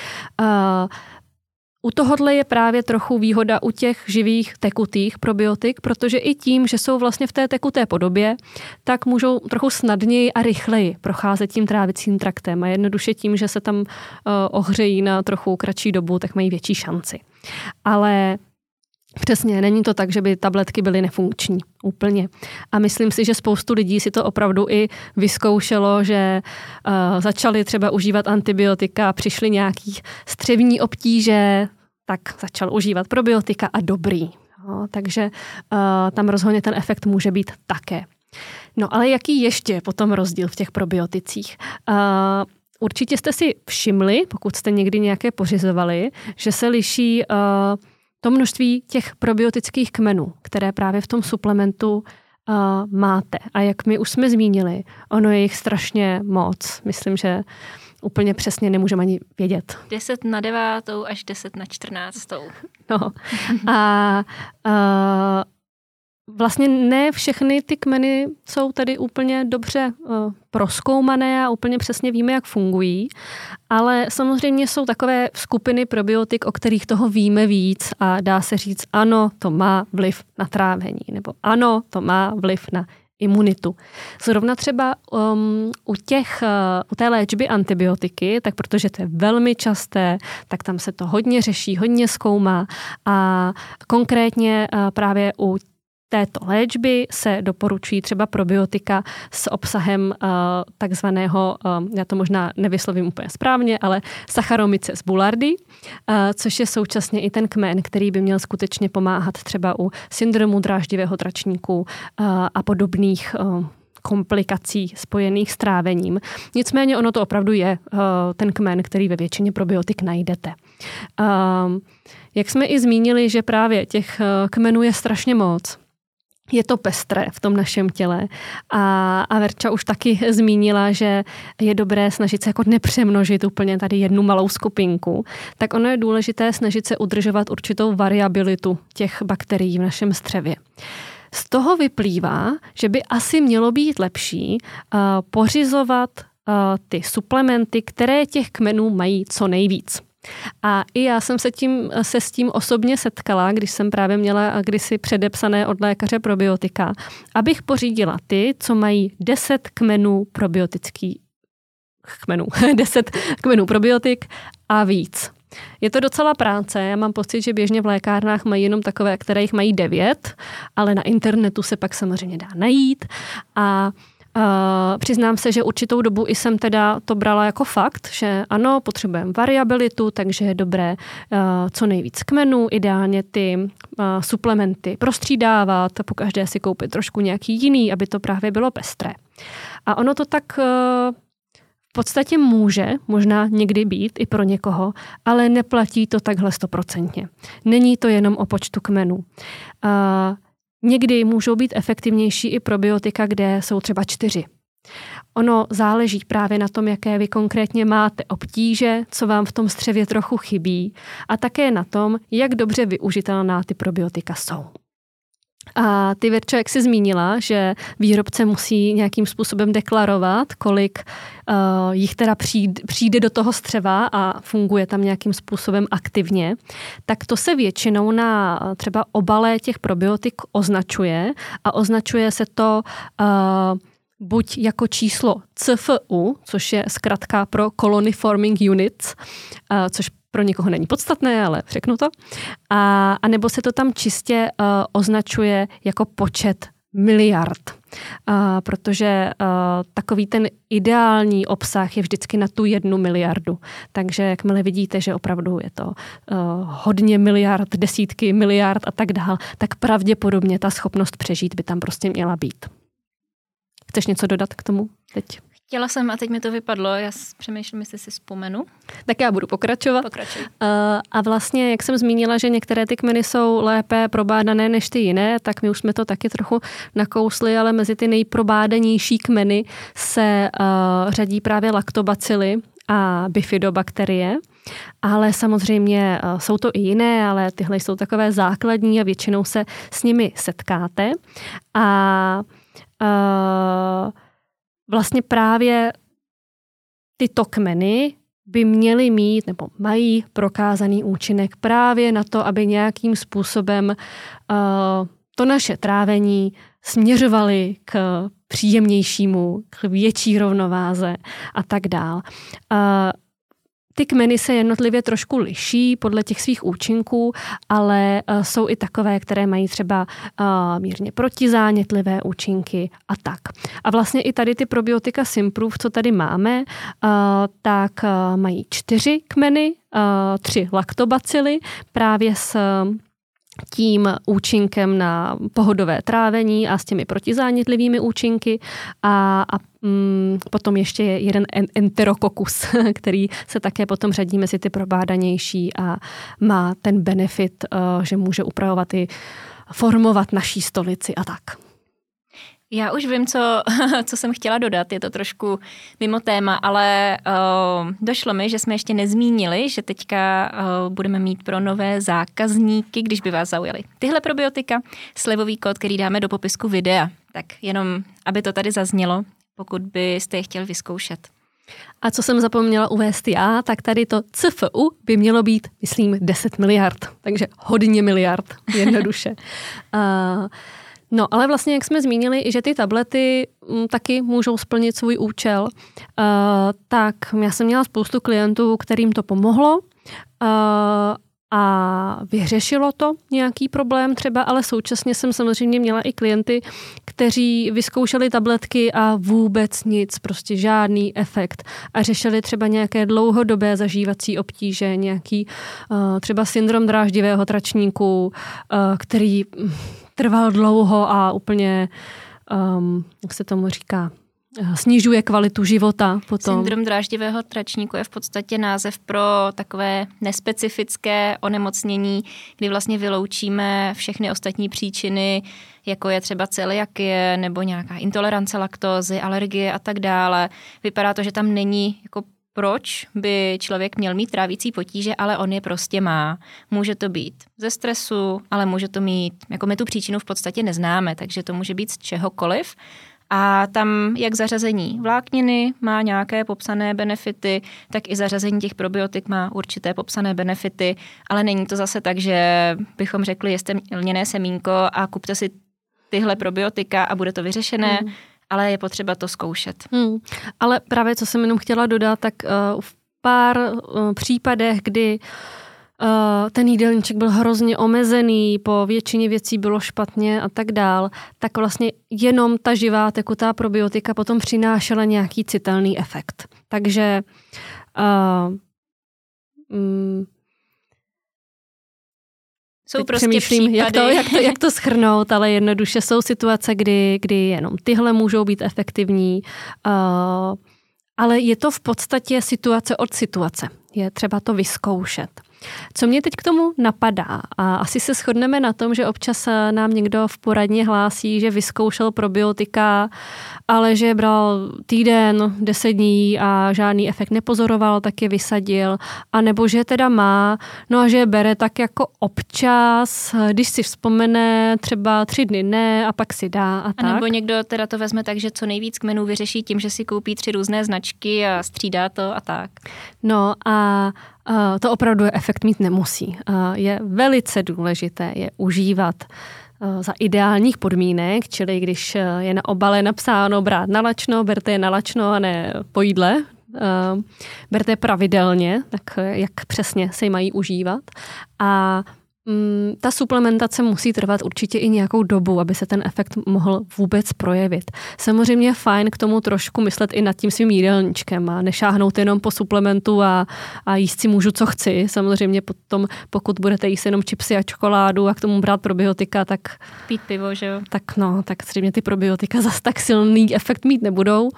Uh, u tohohle je právě trochu výhoda u těch živých tekutých probiotik, protože i tím, že jsou vlastně v té tekuté podobě, tak můžou trochu snadněji a rychleji procházet tím trávicím traktem a jednoduše tím, že se tam uh, ohřejí na trochu kratší dobu, tak mají větší šanci. Ale přesně, není to tak, že by tabletky byly nefunkční. Úplně. A myslím si, že spoustu lidí si to opravdu i vyzkoušelo, že uh, začali třeba užívat antibiotika, přišly nějaký střevní obtíže, tak začal užívat probiotika a dobrý. No, takže uh, tam rozhodně ten efekt může být také. No ale jaký ještě je potom rozdíl v těch probioticích? Uh, určitě jste si všimli, pokud jste někdy nějaké pořizovali, že se liší uh, to množství těch probiotických kmenů, které právě v tom suplementu uh, máte. A jak my už jsme zmínili, ono je jich strašně moc. Myslím, že úplně přesně nemůžeme ani vědět. deset na devátou až deset na čtrnáctou. No. A uh, vlastně ne všechny ty kmeny jsou tedy úplně dobře uh, prozkoumané a úplně přesně víme, jak fungují, ale samozřejmě jsou takové skupiny probiotik, o kterých toho víme víc a dá se říct, ano, to má vliv na trávení, nebo ano, to má vliv na imunitu. Zrovna třeba um, u, těch, uh, u té léčby antibiotiky, tak protože to je velmi časté, tak tam se to hodně řeší, hodně zkoumá a konkrétně uh, právě u této léčby se doporučují třeba probiotika s obsahem uh, takzvaného, uh, já to možná nevyslovím úplně správně, ale Saccharomyces boulardii, uh, což je současně i ten kmen, který by měl skutečně pomáhat třeba u syndromu dráždivého tračníku uh, a podobných uh, komplikací spojených s trávením. Nicméně ono to opravdu je uh, ten kmen, který ve většině probiotik najdete. Uh, jak jsme i zmínili, že právě těch uh, kmenů je strašně moc, je to pestré v tom našem těle a, a Verča už taky zmínila, že je dobré snažit se jako nepřemnožit úplně tady jednu malou skupinku, tak ono je důležité snažit se udržovat určitou variabilitu těch bakterií v našem střevě. Z toho vyplývá, že by asi mělo být lepší uh, pořizovat uh, ty suplementy, které těch kmenů mají co nejvíc. A i já jsem se, tím, se s tím osobně setkala, když jsem právě měla kdysi předepsané od lékaře probiotika, abych pořídila ty, co mají deset kmenů probiotických kmenů, deset kmenů probiotik a víc. Je to docela práce, já mám pocit, že běžně v lékárnách mají jenom takové, které jich mají devět, ale na internetu se pak samozřejmě dá najít a Uh, přiznám se, že určitou dobu i jsem teda to brala jako fakt, že ano, potřebujeme variabilitu, takže je dobré uh, co nejvíc kmenů, ideálně ty uh, suplementy prostřídávat, pokaždé si koupit trošku nějaký jiný, aby to právě bylo pestré. A ono to tak uh, v podstatě může možná někdy být i pro někoho, ale neplatí to takhle stoprocentně. Není to jenom o počtu kmenů. Uh, Někdy můžou být efektivnější i probiotika, kde jsou třeba čtyři. Ono záleží právě na tom, jaké vy konkrétně máte obtíže, co vám v tom střevě trochu chybí a také na tom, jak dobře využitelná ty probiotika jsou. A ty, Verčo, jak jsi zmínila, že výrobce musí nějakým způsobem deklarovat, kolik uh, jich teda přijde, přijde do toho střeva a funguje tam nějakým způsobem aktivně, tak to se většinou na třeba obale těch probiotik označuje a označuje se to uh, buď jako číslo C F U, což je zkratka pro Colony Forming Units, uh, což pro někoho není podstatné, ale řeknu to. A, a nebo se to tam čistě uh, označuje jako počet miliard. Uh, protože uh, takový ten ideální obsah je vždycky na tu jednu miliardu. Takže jakmile vidíte, že opravdu je to uh, hodně miliard, desítky miliard a tak dál, tak pravděpodobně ta schopnost přežít by tam prostě měla být. Chceš něco dodat k tomu teď? Chtěla jsem a teď mi to vypadlo, já přemýšlím, jestli si vzpomenu. Tak já budu pokračovat. Pokračuj. Uh, a vlastně, jak jsem zmínila, že některé ty kmeny jsou lépe probádané než ty jiné, tak my už jsme to taky trochu nakousli, ale mezi ty nejprobádanější kmeny se uh, řadí právě laktobacily a bifidobakterie. Ale samozřejmě uh, jsou to i jiné, ale tyhle jsou takové základní a většinou se s nimi setkáte. A uh, vlastně právě tyto kmeny by měly mít nebo mají prokázaný účinek právě na to, aby nějakým způsobem uh, to naše trávení směřovaly k příjemnějšímu, k větší rovnováze a tak dál. Uh, Ty kmeny se jednotlivě trošku liší podle těch svých účinků, ale uh, jsou i takové, které mají třeba uh, mírně protizánětlivé účinky a tak. A vlastně i tady ty probiotika Simproof, co tady máme, uh, tak uh, mají čtyři kmeny, uh, tři laktobacily právě s tím účinkem na pohodové trávení a s těmi protizánětlivými účinky a, a mm, potom ještě je jeden enterokokus, který se také potom řadí mezi ty probádanější a má ten benefit, uh, že může upravovat i formovat naší stolici a tak. Já už vím, co, co jsem chtěla dodat, je to trošku mimo téma, ale uh, došlo mi, že jsme ještě nezmínili, že teďka uh, budeme mít pro nové zákazníky, když by vás zaujaly tyhle probiotika, slevový kód, který dáme do popisku videa. Tak jenom, aby to tady zaznělo, pokud byste je chtěli vyzkoušet. A co jsem zapomněla uvést já, tak tady to C F U by mělo být, myslím, deset miliard, takže hodně miliard, jednoduše. uh, No, ale vlastně, jak jsme zmínili, že ty tablety m, taky můžou splnit svůj účel, uh, tak já jsem měla spoustu klientů, kterým to pomohlo uh, a vyřešilo to nějaký problém třeba, ale současně jsem samozřejmě měla i klienty, kteří vyzkoušeli tabletky a vůbec nic, prostě žádný efekt a řešili třeba nějaké dlouhodobé zažívací obtíže, nějaký uh, třeba syndrom dráždivého tračníku, uh, který trval dlouho a úplně, um, jak se tomu říká, snižuje kvalitu života potom. Syndrom dráždivého tračníku je v podstatě název pro takové nespecifické onemocnění, kdy vlastně vyloučíme všechny ostatní příčiny, jako je třeba celiakie nebo nějaká intolerance laktózy, alergie a tak dále. Vypadá to, že tam není jako proč by člověk měl mít trávící potíže, ale on je prostě má. Může to být ze stresu, ale může to mít, jako my tu příčinu v podstatě neznáme, takže to může být z čehokoliv. A tam jak zařazení vlákniny má nějaké popsané benefity, tak i zařazení těch probiotik má určité popsané benefity, ale není to zase tak, že bychom řekli, jste lněné semínko a kupte si tyhle probiotika a bude to vyřešené. Mm. ale je potřeba to zkoušet. Hmm. Ale právě, co jsem jenom chtěla dodat, tak uh, v pár uh, případech, kdy Uh, ten jídelníček byl hrozně omezený, po většině věcí bylo špatně a tak dál, tak vlastně jenom ta živá tekutá probiotika potom přinášela nějaký citelný efekt. Takže uh, mm, jsou prostě případy. Jak to, jak, to, jak to shrnout, ale jednoduše jsou situace, kdy, kdy jenom tyhle můžou být efektivní, uh, ale je to v podstatě situace od situace. Je třeba to vyzkoušet. Co mě teď k tomu napadá, a asi se shodneme na tom, že občas nám někdo v poradně hlásí, že vyzkoušel probiotika, ale že bral týden, deset dní a žádný efekt nepozoroval, tak je vysadil, anebo že teda má, no a že je bere tak jako občas, když si vzpomene třeba tři dny ne a pak si dá a tak. A nebo někdo teda to vezme tak, že co nejvíc kmenů vyřeší tím, že si koupí tři různé značky a střídá to a tak. No a Uh, to opravdu efekt mít nemusí. Uh, je velice důležité je užívat uh, za ideálních podmínek, čili když uh, je na obale napsáno brát nalačno, berte je nalačno a ne po jídle, uh, berte je pravidelně, tak uh, jak přesně se mají užívat. A ta suplementace musí trvat určitě i nějakou dobu, aby se ten efekt mohl vůbec projevit. Samozřejmě je fajn k tomu trošku myslet i nad tím svým jídelníčkem a nešáhnout jenom po suplementu a, a jíst si můžu, co chci. Samozřejmě potom, pokud budete jíst jenom čipsy a čokoládu a k tomu brát probiotika, tak... Pít pivo, že jo? Tak no, tak zřejmě ty probiotika zas tak silný efekt mít nebudou,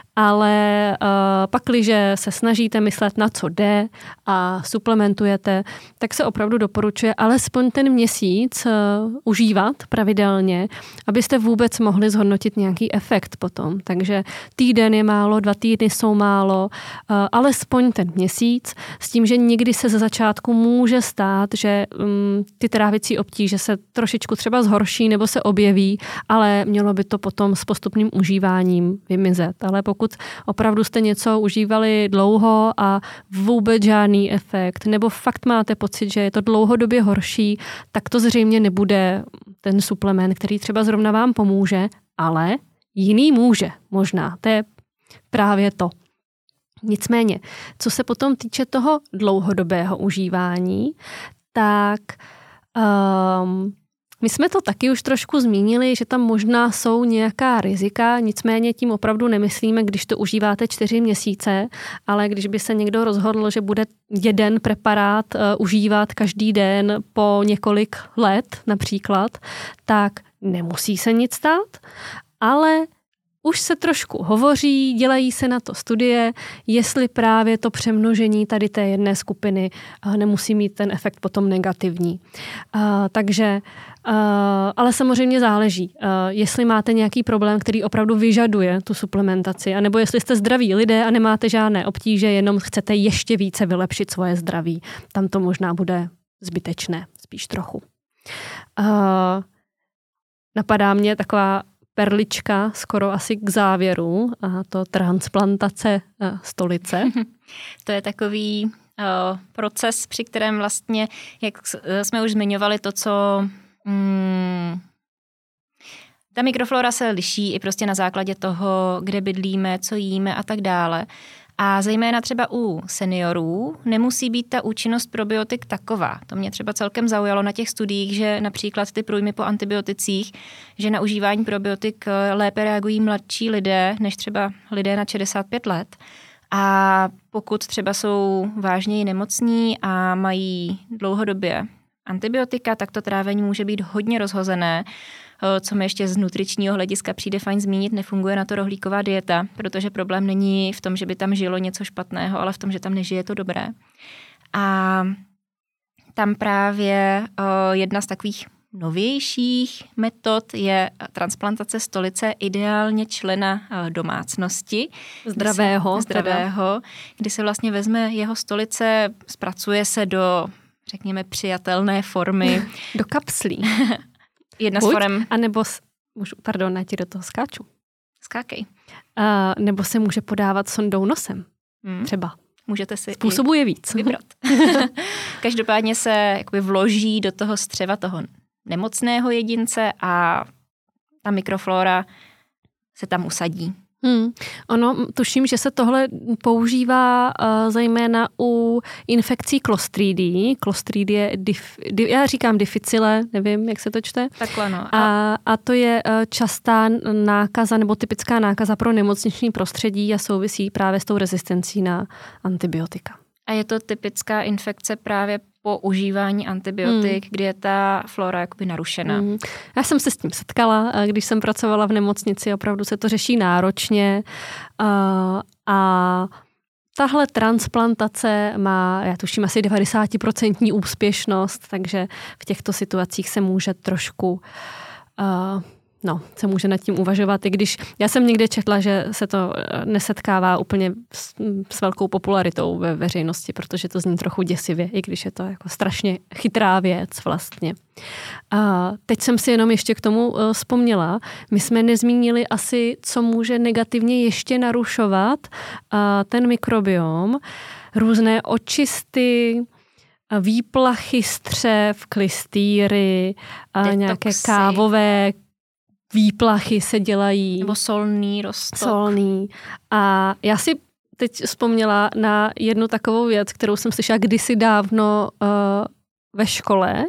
ale uh, pakliže se snažíte myslet na co jde a suplementujete, tak se opravdu doporučuje alespoň ten měsíc uh, užívat pravidelně, abyste vůbec mohli zhodnotit nějaký efekt potom. Takže týden je málo, dva týdny jsou málo, uh, alespoň ten měsíc, s tím, že někdy se ze začátku může stát, že um, ty trávicí obtíže se trošičku třeba zhorší nebo se objeví, ale mělo by to potom s postupným užíváním vymizet. Ale pokud opravdu jste něco užívali dlouho a vůbec žádný efekt, nebo fakt máte pocit, že je to dlouhodobě horší, tak to zřejmě nebude ten suplement, který třeba zrovna vám pomůže, ale jiný může možná. To je právě to. Nicméně, co se potom týče toho dlouhodobého užívání, tak um, my jsme to taky už trošku zmínili, že tam možná jsou nějaká rizika, nicméně tím opravdu nemyslíme, když to užíváte čtyři měsíce, ale když by se někdo rozhodl, že bude jeden preparát uh, užívat každý den po několik let například, tak nemusí se nic stát, ale už se trošku hovoří, dělají se na to studie, jestli právě to přemnožení tady té jedné skupiny nemusí mít ten efekt potom negativní. Uh, takže, uh, ale samozřejmě záleží, uh, jestli máte nějaký problém, který opravdu vyžaduje tu suplementaci, anebo jestli jste zdraví lidé a nemáte žádné obtíže, jenom chcete ještě více vylepšit svoje zdraví. Tam to možná bude zbytečné, spíš trochu. Uh, napadá mě taková perlička skoro asi k závěru, a to transplantace stolice. To je takový uh, proces, při kterém vlastně, jak jsme už zmiňovali, to, co... Mm, ta mikroflora se liší i prostě na základě toho, kde bydlíme, co jíme a tak dále. A zejména třeba u seniorů nemusí být ta účinnost probiotik taková. To mě třeba celkem zaujalo na těch studiích, že například ty průjmy po antibioticích, že na užívání probiotik lépe reagují mladší lidé, než třeba lidé na šedesát pět let. A pokud třeba jsou vážněji nemocní a mají dlouhodobě antibiotika, tak to trávení může být hodně rozhozené. Co mi ještě z nutričního hlediska přijde fajn zmínit, nefunguje na to rohlíková dieta, protože problém není v tom, že by tam žilo něco špatného, ale v tom, že tam nežije to dobré. A tam právě jedna z takových novějších metod je transplantace stolice, ideálně člena domácnosti. Zdravého. Kdy se, zdravého, kdy se vlastně vezme jeho stolice, zpracuje se do, řekněme, přijatelné formy. Do kapslí. Jedna Buď, z forem. A nebo, můžu, pardon, já ti do toho skáču. Skákej. A, nebo se může podávat sondou nosem. Hmm. Třeba. Můžete si Způsobuje víc. Vybrat. Každopádně se jakoby vloží do toho střeva toho nemocného jedince a ta mikroflora se tam usadí. Hmm. Ono, tuším, že se tohle používá uh, zejména u infekcí Clostridii. Clostridie, dif, di, já říkám difficile, nevím, jak se to čte. Takhle no. A, a to je uh, častá nákaza nebo typická nákaza pro nemocniční prostředí a souvisí právě s tou rezistencí na antibiotika. A je to typická infekce právě po užívání antibiotik, hmm. kdy je ta flora jakoby narušená. Hmm. Já jsem se s tím setkala, když jsem pracovala v nemocnici, opravdu se to řeší náročně a, a tahle transplantace má, já tuším, asi devadesát procent úspěšnost, takže v těchto situacích se může trošku uh, No, se může nad tím uvažovat, i když já jsem někde četla, že se to nesetkává úplně s, s velkou popularitou ve veřejnosti, protože to zní trochu děsivě, i když je to jako strašně chytrá věc vlastně. A teď jsem si jenom ještě k tomu uh, vzpomněla. My jsme nezmínili asi, co může negativně ještě narušovat uh, ten mikrobiom. Různé očisty, výplachy střev, klystýry, uh, nějaké kávové výplachy se dělají. Nebo solný roztok. Solný. A já si teď vzpomněla na jednu takovou věc, kterou jsem slyšela kdysi dávno uh, ve škole,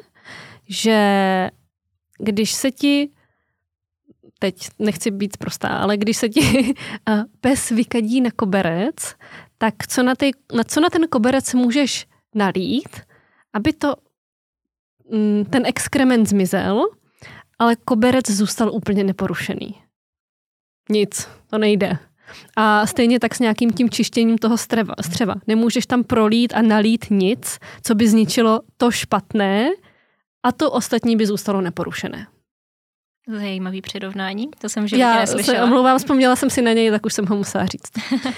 že když se ti, teď nechci být prostá, ale když se ti uh, pes vykadí na koberec, tak co na, ty, na co na ten koberec můžeš nalít, aby to mm, ten exkrement zmizel, ale koberec zůstal úplně neporušený. Nic, to nejde. A stejně tak s nějakým tím čištěním toho střeva. střeva. Nemůžeš tam prolít a nalít nic, co by zničilo to špatné a to ostatní by zůstalo neporušené. Zajímavý přirovnání, to jsem v životě neslyšela. Já se omlouvám, vzpomněla jsem si na něj, tak už jsem ho musela říct.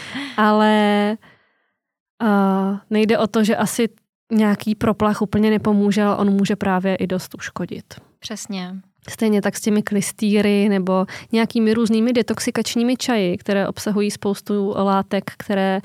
Ale uh, nejde o to, že asi nějaký proplach úplně nepomůže, ale on může právě i dost uškodit. Přesně. Stejně tak s těmi klystýry nebo nějakými různými detoxikačními čaji, které obsahují spoustu látek, které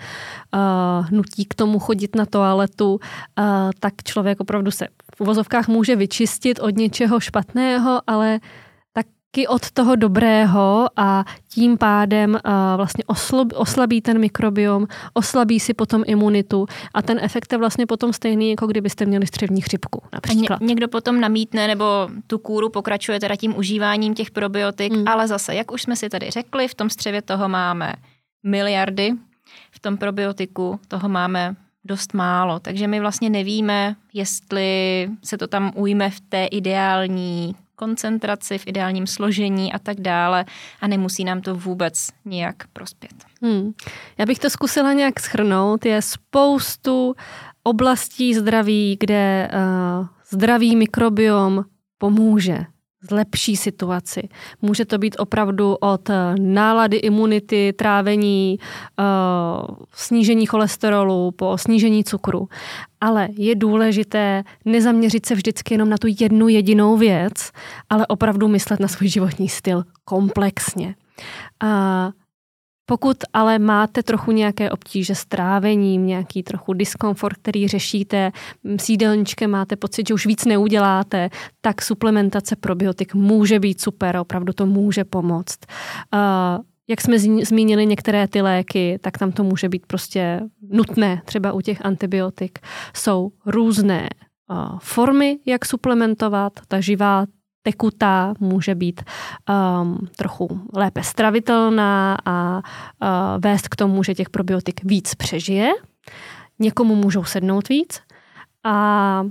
uh, nutí k tomu chodit na toaletu, uh, tak člověk opravdu se v uvozovkách může vyčistit od něčeho špatného, ale taky od toho dobrého a tím pádem uh, vlastně oslob, oslabí ten mikrobiom, oslabí si potom imunitu a ten efekt je vlastně potom stejný, jako kdybyste měli střevní chřipku například. Ně, někdo potom namítne nebo tu kůru pokračuje teda tím užíváním těch probiotik, mm. ale zase, jak už jsme si tady řekli, v tom střevě toho máme miliardy, v tom probiotiku toho máme dost málo, takže my vlastně nevíme, jestli se to tam ujme v té ideální koncentraci, v ideálním složení a tak dále a nemusí nám to vůbec nijak prospět. Hmm. Já bych to zkusila nějak shrnout. Je spoustu oblastí zdraví, kde uh, zdravý mikrobiom pomůže, zlepší situaci. Může to být opravdu od nálady imunity, trávení, uh, snížení cholesterolu, po snížení cukru. Ale je důležité nezaměřit se vždycky jenom na tu jednu jedinou věc, ale opravdu myslet na svůj životní styl komplexně. Uh, Pokud ale máte trochu nějaké obtíže s trávením, nějaký trochu diskomfort, který řešíte, s jídelníčkem máte pocit, že už víc neuděláte, tak suplementace probiotik může být super, opravdu to může pomoct. Uh, jak jsme zmínili některé ty léky, tak tam to může být prostě nutné. Třeba u těch antibiotik jsou různé uh, formy, jak suplementovat, ta živá tekutá může být um, trochu lépe stravitelná a uh, vést k tomu, že těch probiotik víc přežije. Někomu můžou sednout víc. A,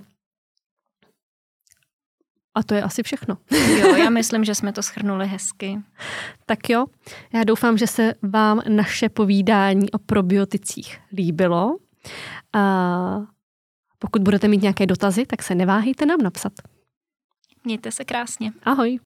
a to je asi všechno. Jo, já myslím, že jsme to shrnuli hezky. Tak jo, já doufám, že se vám naše povídání o probioticích líbilo. A pokud budete mít nějaké dotazy, tak se neváhejte nám napsat. Mějte se krásně. Ahoj.